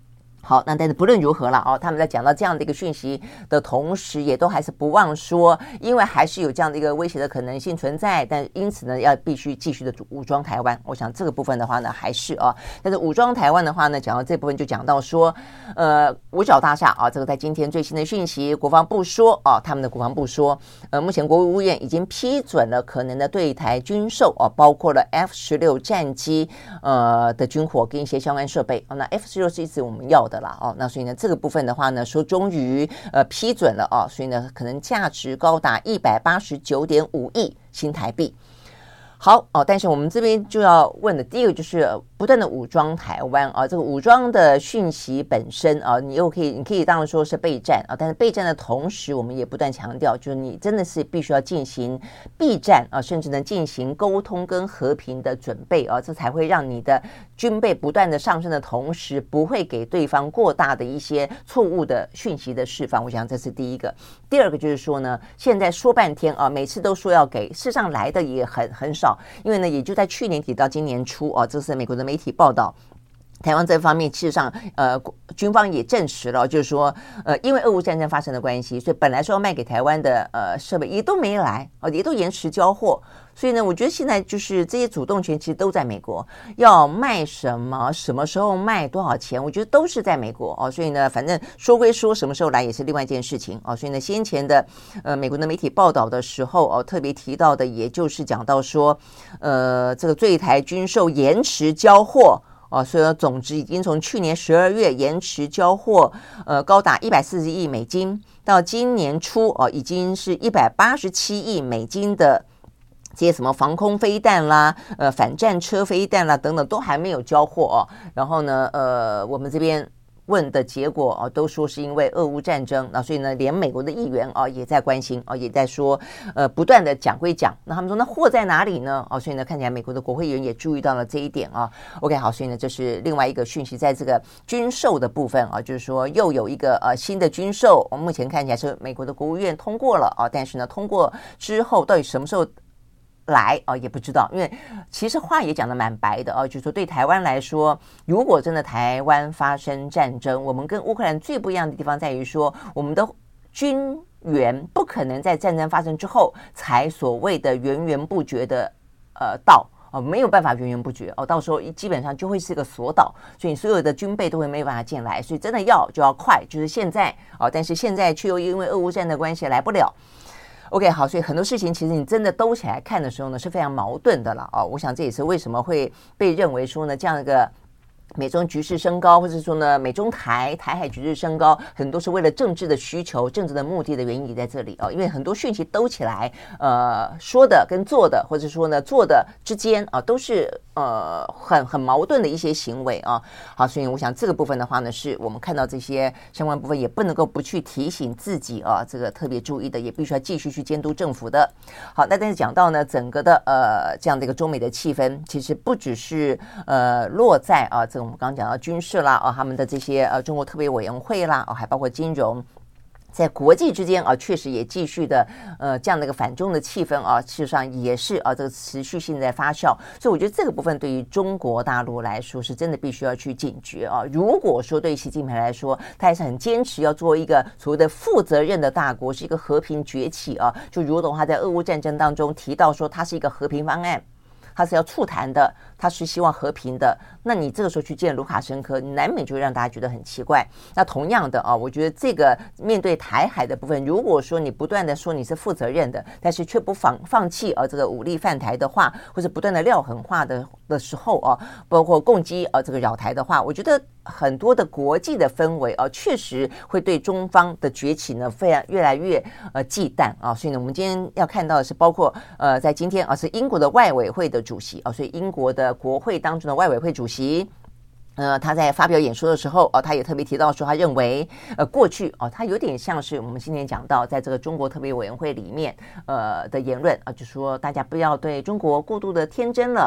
好，那但是不论如何了哦，他们在讲到这样的一个讯息的同时，也都还是不忘说，因为还是有这样的一个威胁的可能性存在，但因此呢，要必须继续的武装台湾。我想这个部分的话呢，还是啊，但是武装台湾的话呢，讲到这部分就讲到说，呃，五角大厦啊，这个在今天最新的讯息，国防部说啊，他们的国防部说，呃，目前国务院已经批准了可能的对台军售啊，包括了 F 十六 战机呃的军火跟一些相关设备。哦、那 F 十六 是一直我们要的。的啦哦，那所以呢，这个部分的话呢，说终于呃批准了哦，所以呢，可能价值高达一百八十九点五亿新台币。好哦，但是我们这边就要问的第一个就是不断的武装台湾啊，这个武装的讯息本身啊，你又可以，你可以当然说是备战啊，但是备战的同时，我们也不断强调，就是你真的是必须要进行避战啊，甚至呢进行沟通跟和平的准备啊，这才会让你的军备不断的上升的同时，不会给对方过大的一些错误的讯息的释放。我想这是第一个。第二个就是说呢，现在说半天啊，每次都说要给，事实上来的也很很少。因为呢，也就在去年底到今年初哦，这是美国的媒体报道。台湾这方面，事实上，呃，军方也证实了，就是说，呃，因为俄乌战争发生的关系，所以本来说要卖给台湾的呃设备也都没来，哦，也都延迟交货。所以呢，我觉得现在就是这些主动权其实都在美国，要卖什么、什么时候卖、多少钱，我觉得都是在美国哦。所以呢，反正说归说，什么时候来也是另外一件事情哦。所以呢，先前的呃美国的媒体报道的时候哦，特别提到的，也就是讲到说，呃，这个坠台军售延迟交货。哦，所以说总值已经从去年十二月延迟交货，呃，高达一百四十亿美金，到今年初哦，已经是一百八十七亿美金的这些什么防空飞弹啦、呃反战车飞弹啦等等，都还没有交货哦。然后呢，呃，我们这边问的结果哦，都说是因为俄乌战争，那所以呢，连美国的议员哦也在关心哦，也在说，呃，不断的讲归讲，那他们说那货在哪里呢？哦，所以呢，看起来美国的国会议员也注意到了这一点啊。OK， 好，所以呢，这是另外一个讯息，在这个军售的部分啊，就是说又有一个呃新的军售，我们目前看起来是美国的国务院通过了啊，但是呢，通过之后到底什么时候来啊、哦、也不知道，因为其实话也讲得蛮白的啊，就是说对台湾来说，如果真的台湾发生战争，我们跟乌克兰最不一样的地方在于说，我们的军援不可能在战争发生之后才所谓的源源不绝的呃到哦，没有办法源源不绝哦，到时候基本上就会是个锁岛，所以所有的军备都会没有办法进来，所以真的要就要快，就是现在哦，但是现在却又因为俄乌战的关系来不了。OK， 好，所以很多事情其实你真的兜起来看的时候呢，是非常矛盾的了哦。我想这也是为什么会被认为说呢，这样一个美中局势升高，或者说呢，美中台台海局势升高，很多是为了政治的需求、政治的目的的原因也在这里哦。因为很多讯息兜起来，呃，说的跟做的，或者说呢做的之间啊，都是呃很很矛盾的一些行为啊。好，所以我想这个部分的话呢，是我们看到这些相关部分也不能够不去提醒自己啊，这个特别注意的，也必须要继续去监督政府的。好，那但是讲到呢，整个的呃这样的一个中美的气氛，其实不只是呃落在啊这个。我们刚刚讲到军事啦，哦，他们的这些呃中国特别委员会啦，哦，还包括金融，在国际之间啊，确实也继续的呃这样的一个反中的气氛啊，事实上也是啊这个持续性在发酵，所以我觉得这个部分对于中国大陆来说是真的必须要去警觉啊。如果说对习近平来说，他还是很坚持要做一个所谓的负责任的大国，是一个和平崛起啊，就如同他在俄乌战争当中提到说，它是一个和平方案。他是要促谈的，他是希望和平的。那你这个时候去见卢卡申科，难免就会让大家觉得很奇怪。那同样的啊，我觉得这个面对台海的部分，如果说你不断的说你是负责任的，但是却不放放弃啊这个武力犯台的话，或者不断的撂狠话的的时候啊，包括攻击啊这个扰台的话，我觉得很多的国际的氛围啊，确实会对中方的崛起呢，非常越来越呃忌惮啊。所以呢，我们今天要看到的是，包括呃在今天啊是英国的外委会的主席啊，所以英国的国会当中的外委会主席，呃，他在发表演说的时候，哦，他也特别提到说，他认为，呃，过去哦，他有点像是我们今天讲到，在这个中国特别委员会里面，呃的言论啊，就说大家不要对中国过度的天真了。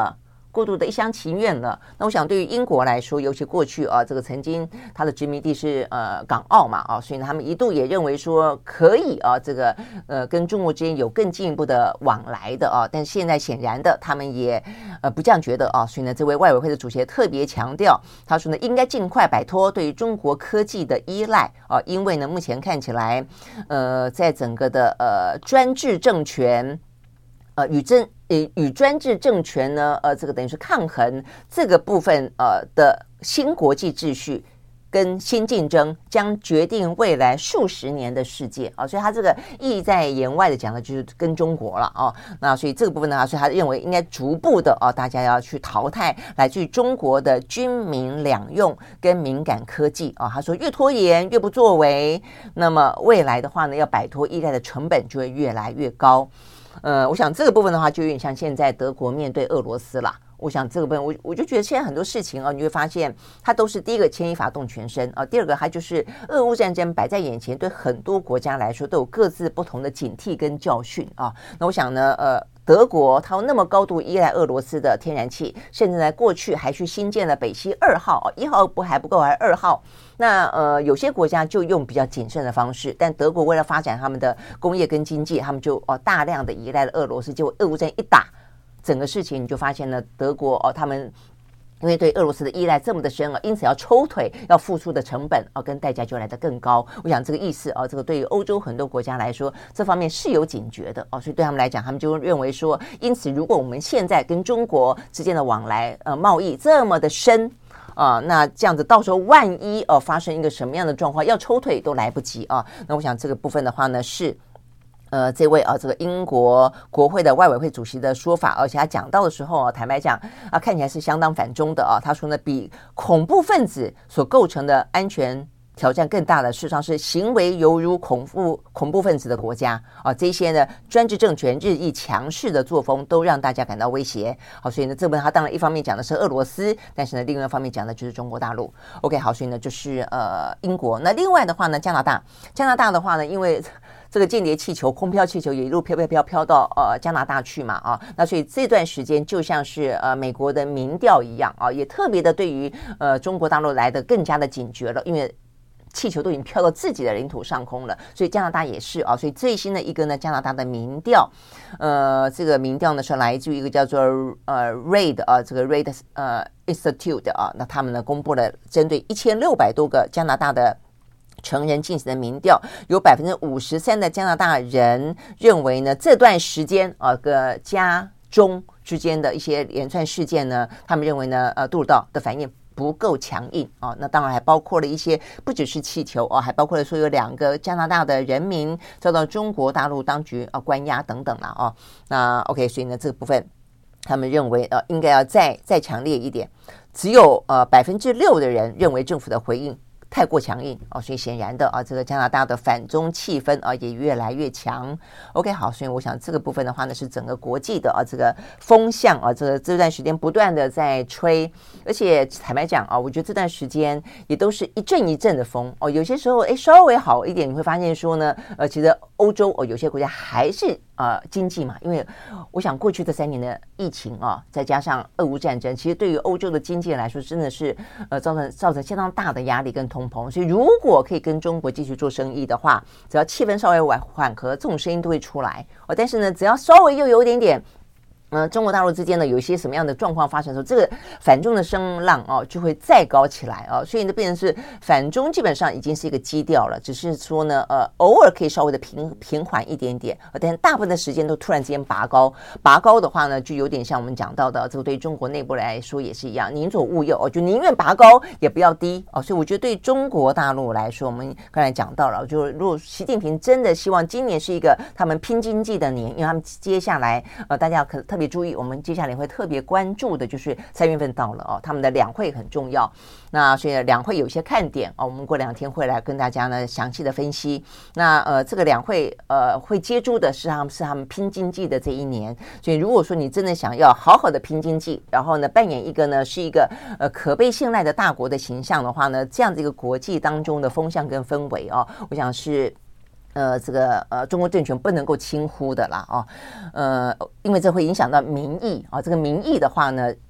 过度的一厢情愿了。那我想对于英国来说，尤其过去啊，这个曾经它的殖民地是呃港澳嘛啊，所以他们一度也认为说可以啊，这个呃跟中国之间有更进一步的往来的啊。但是现在显然的，他们也呃不这样觉得啊。所以呢，这位外委会的主席特别强调，他说呢，应该尽快摆脱对于中国科技的依赖啊，因为呢，目前看起来呃在整个的呃专制政权。呃，与政呃与专制政权呢，呃，这个等于是抗衡这个部分呃的新国际秩序跟新竞争，将决定未来数十年的世界啊。所以他这个意在言外的讲的就是跟中国了啊。那所以这个部分呢，所以他认为应该逐步的啊，大家要去淘汰来自于中国的军民两用跟敏感科技啊。他说越拖延越不作为，那么未来的话呢，要摆脱依赖的成本就会越来越高。呃，我想这个部分的话，就有点像现在德国面对俄罗斯啦。我想这个部分，我我就觉得现在很多事情啊，你会发现它都是第一个牵一发动全身啊，第二个它就是俄乌战争摆在眼前，对很多国家来说都有各自不同的警惕跟教训啊。那我想呢，呃。德国它有那么高度依赖俄罗斯的天然气，甚至在过去还去新建了北溪二号，一号不还不够，还二号。那呃，有些国家就用比较谨慎的方式，但德国为了发展他们的工业跟经济，他们就哦大量的依赖了俄罗斯。结果俄乌战一打，整个事情你就发现了德国哦他们。因为对俄罗斯的依赖这么的深啊，因此要抽腿，要付出的成本啊跟代价就来得更高。我想这个意思啊，这个对于欧洲很多国家来说，这方面是有警觉的啊，所以对他们来讲，他们就认为说，因此如果我们现在跟中国之间的往来呃贸易这么的深。啊，那这样子到时候万一呃发生一个什么样的状况，要抽腿都来不及啊。那我想这个部分的话呢是。呃，这位啊，这个英国国会的外委会主席的说法，而且他讲到的时候啊，坦白讲啊，看起来是相当反中的啊。他说呢，比恐怖分子所构成的安全挑战更大的，事实上是行为犹如恐怖恐怖分子的国家啊。这些呢，专制政权日益强势的作风，都让大家感到威胁。好，所以呢，这本他当然一方面讲的是俄罗斯，但是呢，另外一方面讲的就是中国大陆。OK， 好，所以呢，就是呃英国。那另外的话呢，加拿大，加拿大的话呢，因为这个间谍气球、空飘气球也一路飘飘飘飘到呃加拿大去嘛啊，那所以这段时间就像是呃美国的民调一样啊，也特别的对于呃中国大陆来的更加的警觉了，因为气球都已经飘到自己的领土上空了，所以加拿大也是啊，所以最新的一个呢，加拿大的民调，呃，这个民调呢是来自于一个叫做呃 R A I D 啊，这个 R A I D 呃 Institute 啊，那他们呢公布了针对一千六百多个加拿大的成人进行的民调，有百分之五十三的加拿大人认为呢，这段时间啊，个加中之间的一些连串事件呢，他们认为呢，呃，杜鲁道的反应不够强硬啊。那当然还包括了一些不只是气球啊，还包括了说有两个加拿大的人民遭到中国大陆当局啊关押等等了啊。那 OK， 所以呢，这个部分他们认为呃应该要再再强烈一点，只有呃百分之六的人认为政府的回应太过强硬哦，所以显然的啊，这个加拿大的反中气氛啊也越来越强。OK， 好，所以我想这个部分的话呢，是整个国际的啊这个风向啊，这个这段时间不断的在吹，而且坦白讲啊，我觉得这段时间也都是一阵一阵的风哦，有些时候哎稍微好一点，你会发现说呢，呃，其实欧洲哦有些国家还是呃经济嘛，因为我想过去这三年的疫情啊，再加上俄乌战争，其实对于欧洲的经济来说，真的是呃造成造成相当大的压力跟通膨，所以如果可以跟中国继续做生意的话，只要气氛稍微缓缓和，这种声音都会出来哦。但是呢，只要稍微又有一点点。呃，中国大陆之间呢，有一些什么样的状况发生的时候，这个反中的声浪哦，就会再高起来哦，所以呢，变成是反中基本上已经是一个基调了，只是说呢，呃，偶尔可以稍微的平平缓一点点，但是大部分的时间都突然之间拔高，拔高的话呢，就有点像我们讲到的，这个对中国内部来说也是一样，宁左勿右哦，就宁愿拔高也不要低哦，所以我觉得对中国大陆来说，我们刚才讲到了，就是如果习近平真的希望今年是一个他们拼经济的年，因为他们接下来呃，大家可特别注意，我们接下来会特别关注的就是三月份到了哦，他们的两会很重要。那所以两会有一些看点哦，我们过两天会来跟大家呢详细的分析。那呃，这个两会呃会接住的是他们是他们拼经济的这一年，所以如果说你真的想要好好的拼经济，然后呢扮演一个呢是一个呃可被信赖的大国的形象的话呢，这样的一个国际当中的风向跟氛围哦，我想是。呃，这个呃，中国政权不能够轻忽的啦，哦，呃，因为这会影响到民意啊。这个民意的话呢，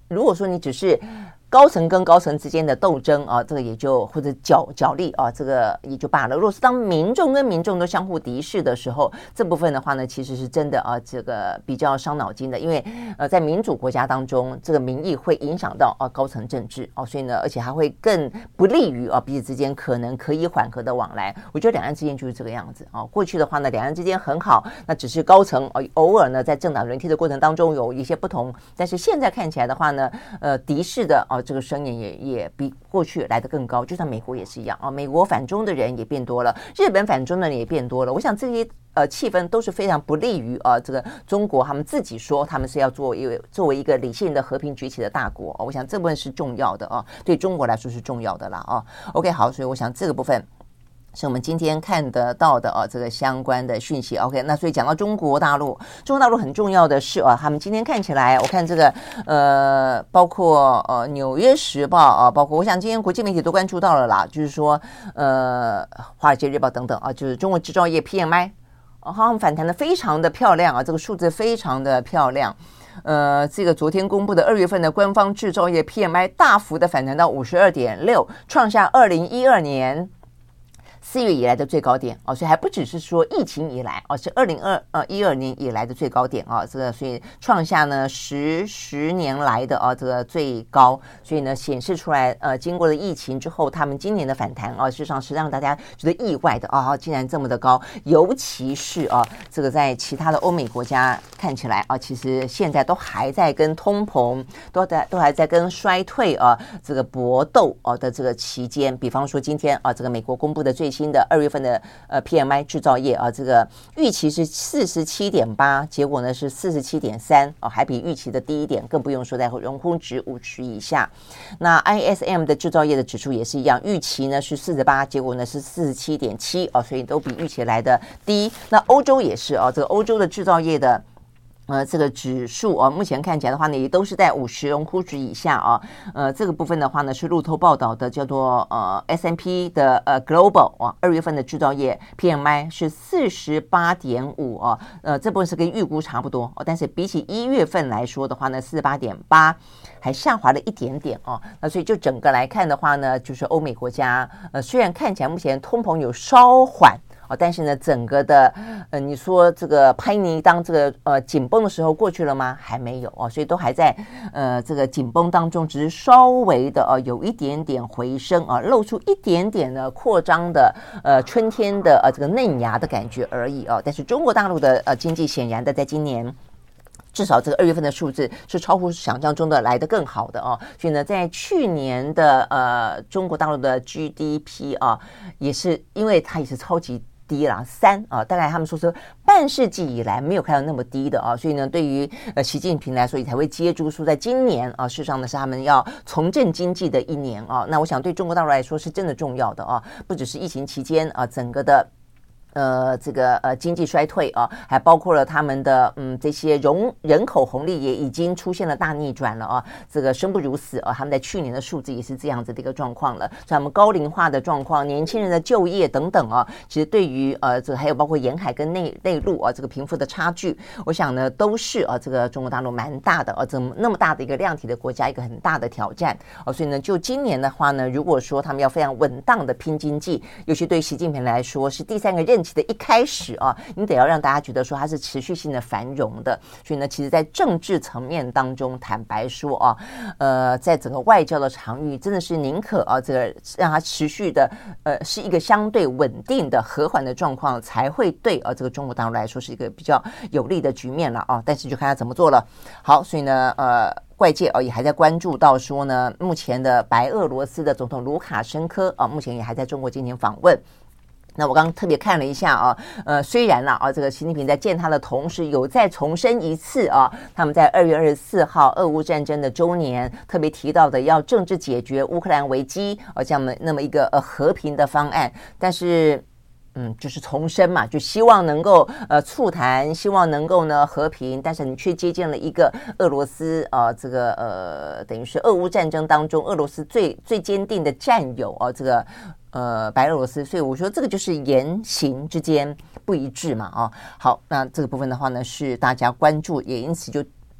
如果说你只是高层跟高层之间的斗争啊，这个也就或者角角力啊，这个也就罢了。如果是当民众跟民众都相互敌视的时候，这部分的话呢，其实是真的啊，这个比较伤脑筋的，因为呃，在民主国家当中，这个民意会影响到啊高层政治啊，所以呢，而且还会更不利于啊彼此之间可能可以缓和的往来。我觉得两岸之间就是这个样子啊。过去的话呢，两岸之间很好，那只是高层啊偶尔呢在政党轮替的过程当中有一些不同，但是现在看起来的话呢，呃，敌视的啊。这个声音也也比过去来得更高，就像美国也是一样啊，美国反中的人也变多了，日本反中的人也变多了。我想这些呃气氛都是非常不利于啊这个中国他们自己说他们是要做一个作为一个理性的和平崛起的大国啊，我想这部分是重要的啊，对中国来说是重要的啦啊。OK， 好，所以我想这个部分是我们今天看得到的啊，这个相关的讯息。OK， 那所以讲到中国大陆，中国大陆很重要的是啊，他们今天看起来，我看这个呃，包括呃《纽约时报》啊，包括我想今天国际媒体都关注到了啦，就是说呃，《华尔街日报》等等啊，就是中国制造业 P M I， 好像反弹的非常的漂亮啊，这个数字非常的漂亮。呃，这个昨天公布的二月份的官方制造业 P M I 大幅的反弹到 五十二点六， 创下二零一二年四月以来的最高点哦，所以还不只是说疫情以来哦，是二零二呃一二年以来的最高点啊、哦，这个所以创下呢十十年来的啊、哦、这个最高，所以呢显示出来呃经过了疫情之后，他们今年的反弹啊、哦，事实上是让大家觉得意外的啊、哦，竟然这么的高，尤其是啊、哦、这个在其他的欧美国家看起来啊、哦，其实现在都还在跟通膨都在都还在跟衰退啊这个搏斗啊的这个期间，比方说今天啊这个美国公布的最新的二月份的呃 P M I 制造业啊，这个预期是四十七点八，结果呢是四十七点三啊，还比预期的低一点，更不用说在荣枯值五十以下。那 I S M 的制造业的指数也是一样，预期呢是四十八，结果呢是四十七点七啊，所以都比预期来的低。那欧洲也是啊，这个欧洲的制造业的。呃，这个指数啊，目前看起来的话呢，也都是在五十荣枯值以下啊。呃，这个部分的话呢，是路透报道的，叫做呃 S and P 的呃 Global 啊，二月份的制造业 P M I 是四十八点五啊。呃，这部分是跟预估差不多哦，但是比起一月份来说的话呢，四十八点八还下滑了一点点哦。那所以就整个来看的话呢，就是欧美国家呃，虽然看起来目前通膨有稍缓。哦，但是呢，整个的呃，你说这个拍泥当这个呃紧绷的时候过去了吗？还没有哦，所以都还在呃这个紧绷当中，只是稍微的呃有一点点回升啊，露出一点点的扩张的呃春天的呃这个嫩芽的感觉而已啊。但是中国大陆的呃经济显然的在今年。至少这个二月份的数字是超乎想象中的来得更好的哦，所以呢，在去年的呃中国大陆的 G D P 啊，也是因为它也是超级低啦，三啊，大概他们说是半世纪以来没有看到那么低的啊，所以呢，对于呃习近平来说，也才会接住说，在今年啊，事实上呢是他们要重振经济的一年啊，那我想对中国大陆来说是真的重要的啊，不只是疫情期间啊，整个的。呃，这个呃经济衰退啊，还包括了他们的嗯这些容人口红利也已经出现了大逆转了啊，这个生不如死啊，他们在去年的数字也是这样子的一个状况了，所以他们高龄化的状况、年轻人的就业等等啊，其实对于呃这个还有包括沿海跟内内陆啊这个贫富的差距，我想呢都是啊这个中国大陆蛮大的啊，这么那么大的一个量体的国家一个很大的挑战啊，所以呢就今年的话呢，如果说他们要非常稳当的拼经济，尤其对习近平来说是第三个任期的一开始啊，你得要让大家觉得说它是持续性的繁荣的，所以呢，其实在政治层面当中，坦白说啊，呃，在整个外交的场域，真的是宁可啊，这个让它持续的呃是一个相对稳定的和缓的状况，才会对啊这个中国大陆来说是一个比较有利的局面了啊。但是就看他怎么做了。好，所以呢，呃。外界哦也还在关注到说呢，目前的白俄罗斯的总统卢卡申科啊，目前也还在中国进行访问。那我刚刚特别看了一下啊，呃，虽然啦啊，这个习近平在见他的同时，有再重申一次啊，他们在二月二十四号俄乌战争的周年特别提到的要政治解决乌克兰危机啊，这样那么一个呃和平的方案，但是。嗯，就是重申嘛，就希望能够呃促谈，希望能够呢和平，但是你却接见了一个俄罗斯呃这个呃等于是俄乌战争当中俄罗斯最最坚定的战友啊、呃，这个呃白俄罗斯，所以我说这个就是言行之间不一致嘛啊。好，那这个部分的话呢是大家关注，也因此就。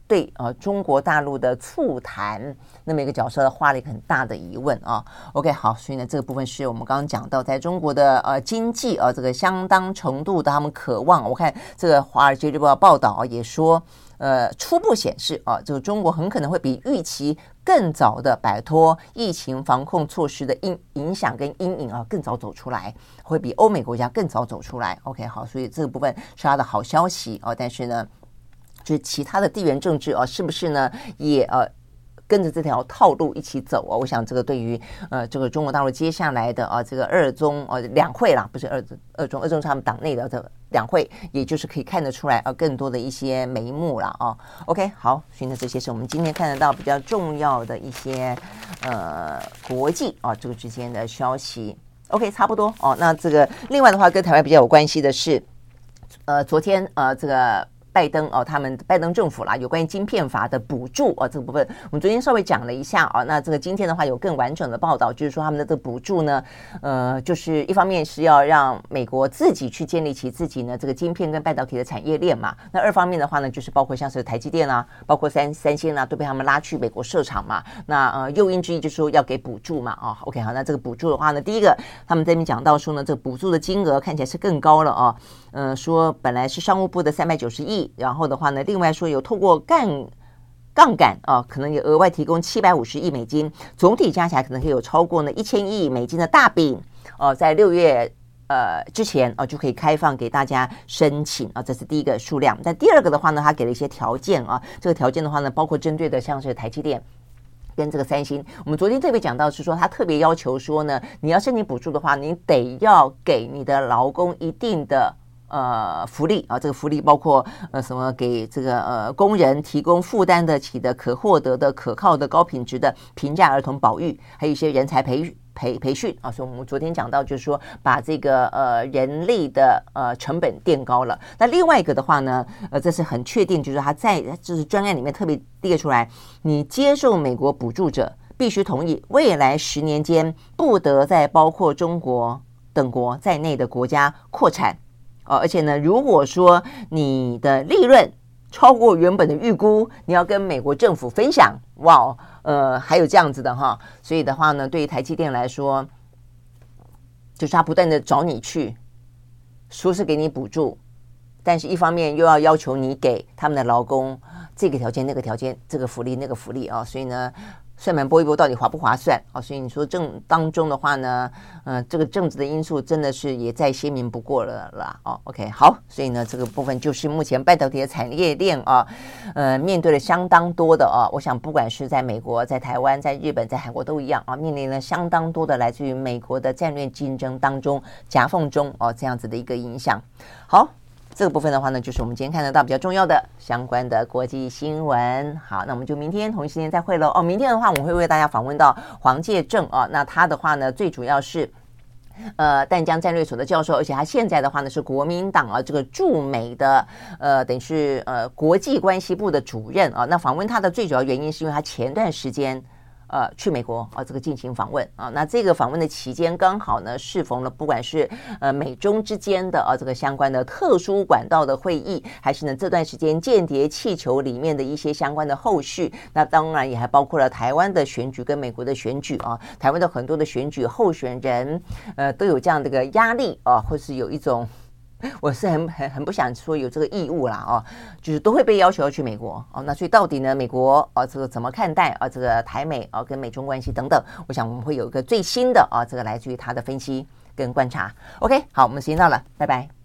对呃中国大陆的促谈那么一个角色画了一个很大的疑问啊。OK， 好，所以呢这个部分是我们刚刚讲到，在中国的呃经济啊这个相当程度的他们渴望，我看这个《华尔街日报》报道也说，呃初步显示啊，这个中国很可能会比预期更早的摆脱疫情防控措施的影影响跟阴影啊，更早走出来，会比欧美国家更早走出来。OK， 好，所以这个部分是他的好消息啊，但是呢。就是其他的地缘政治啊，是不是呢？也呃跟着这条套路一起走啊？我想这个对于呃这个中国大陆接下来的啊这个二中呃两会啦，不是二二中，二中是他们党内的这两会，也就是可以看得出来啊更多的一些眉目了啊。OK， 好，所以呢这些是我们今天看得到比较重要的一些呃国际啊这个之间的消息。OK， 差不多哦。那这个另外的话，跟台湾比较有关系的是，呃昨天呃这个。拜登哦，他们拜登政府啦，有关于晶片法的补助哦，这个部分我们昨天稍微讲了一下啊、哦。那这个今天的话有更完整的报道，就是说他们的这个补助呢，呃，就是一方面是要让美国自己去建立起自己呢这个晶片跟半导体的产业链嘛。那二方面的话呢，就是包括像是台积电啦、啊，包括三三星啦、啊，都被他们拉去美国设厂嘛。那呃，诱因之一就是说要给补助嘛。哦 ，OK， 好，那这个补助的话呢，第一个他们这边讲到说呢，这个补助的金额看起来是更高了啊、哦。呃，说本来是商务部的三百九十亿，然后的话呢，另外说有透过杠杠杆啊，可能有额外提供七百五十亿美金，总体加起来可能可以有超过呢一千亿美金的大饼哦、呃，在六月呃之前啊、呃、就可以开放给大家申请啊，这是第一个数量。那第二个的话呢，它给了一些条件啊，这个条件的话呢，包括针对的像是台积电。跟这个三星，我们昨天特别讲到是说，他特别要求说呢，你要申请补助的话，你得要给你的劳工一定的呃福利啊，这个福利包括呃什么给这个呃工人提供负担得起的、可获得的、可靠的、高品质的平价儿童保育，还有一些人才培育。培培训啊，所以我们昨天讲到，就是说把这个呃人力的呃成本垫高了。那另外一个的话呢，呃，这是很确定，就是他在就是专案里面特别列出来，你接受美国补助者必须同意未来十年间不得在包括中国等国在内的国家扩产哦、呃，而且呢，如果说你的利润超过原本的预估，你要跟美国政府分享。哇，呃，还有这样子的哈，所以的话呢，对于台积电来说，就是他不断的找你去，说是给你补助，但是一方面又要要求你给他们的劳工这个条件、那个条件、这个福利、那个福利啊，所以呢。算盘拨一拨，到底划不划算啊？所以你说政当中的话呢，呃，这个政治的因素真的是也再鲜明不过了啦。哦 ，OK， 好，所以呢，这个部分就是目前半导体的产业链啊，呃，面对了相当多的啊，我想不管是在美国、在台湾、在日本、在韩国都一样啊，面临了相当多的来自于美国的战略竞争当中夹缝中哦、啊、这样子的一个影响。好。这个部分的话呢，就是我们今天看得到比较重要的相关的国际新闻。好，那我们就明天同一时间再会喽。哦，明天的话，我们会为大家访问到黄介正啊。那他的话呢，最主要是呃淡江战略所的教授，而且他现在的话呢是国民党啊这个驻美的呃等于是呃国际关系部的主任啊。那访问他的最主要原因是因为他前段时间。呃，去美国啊，这个进行访问啊，那这个访问的期间刚好呢，适逢了不管是呃美中之间的啊这个相关的特殊管道的会议，还是呢这段时间间谍气球里面的一些相关的后续，那当然也还包括了台湾的选举跟美国的选举啊，台湾的很多的选举候选人呃都有这样的一个压力啊，或是有一种。我是很很很不想说有这个义务啦哦，就是都会被要求要去美国哦。那所以到底呢，美国啊、哦、这个怎么看待啊、哦、这个台美啊、哦、跟美中关系等等，我想我们会有一个最新的啊、哦、这个来自于他的分析跟观察。OK， 好，我们时间到了，拜拜。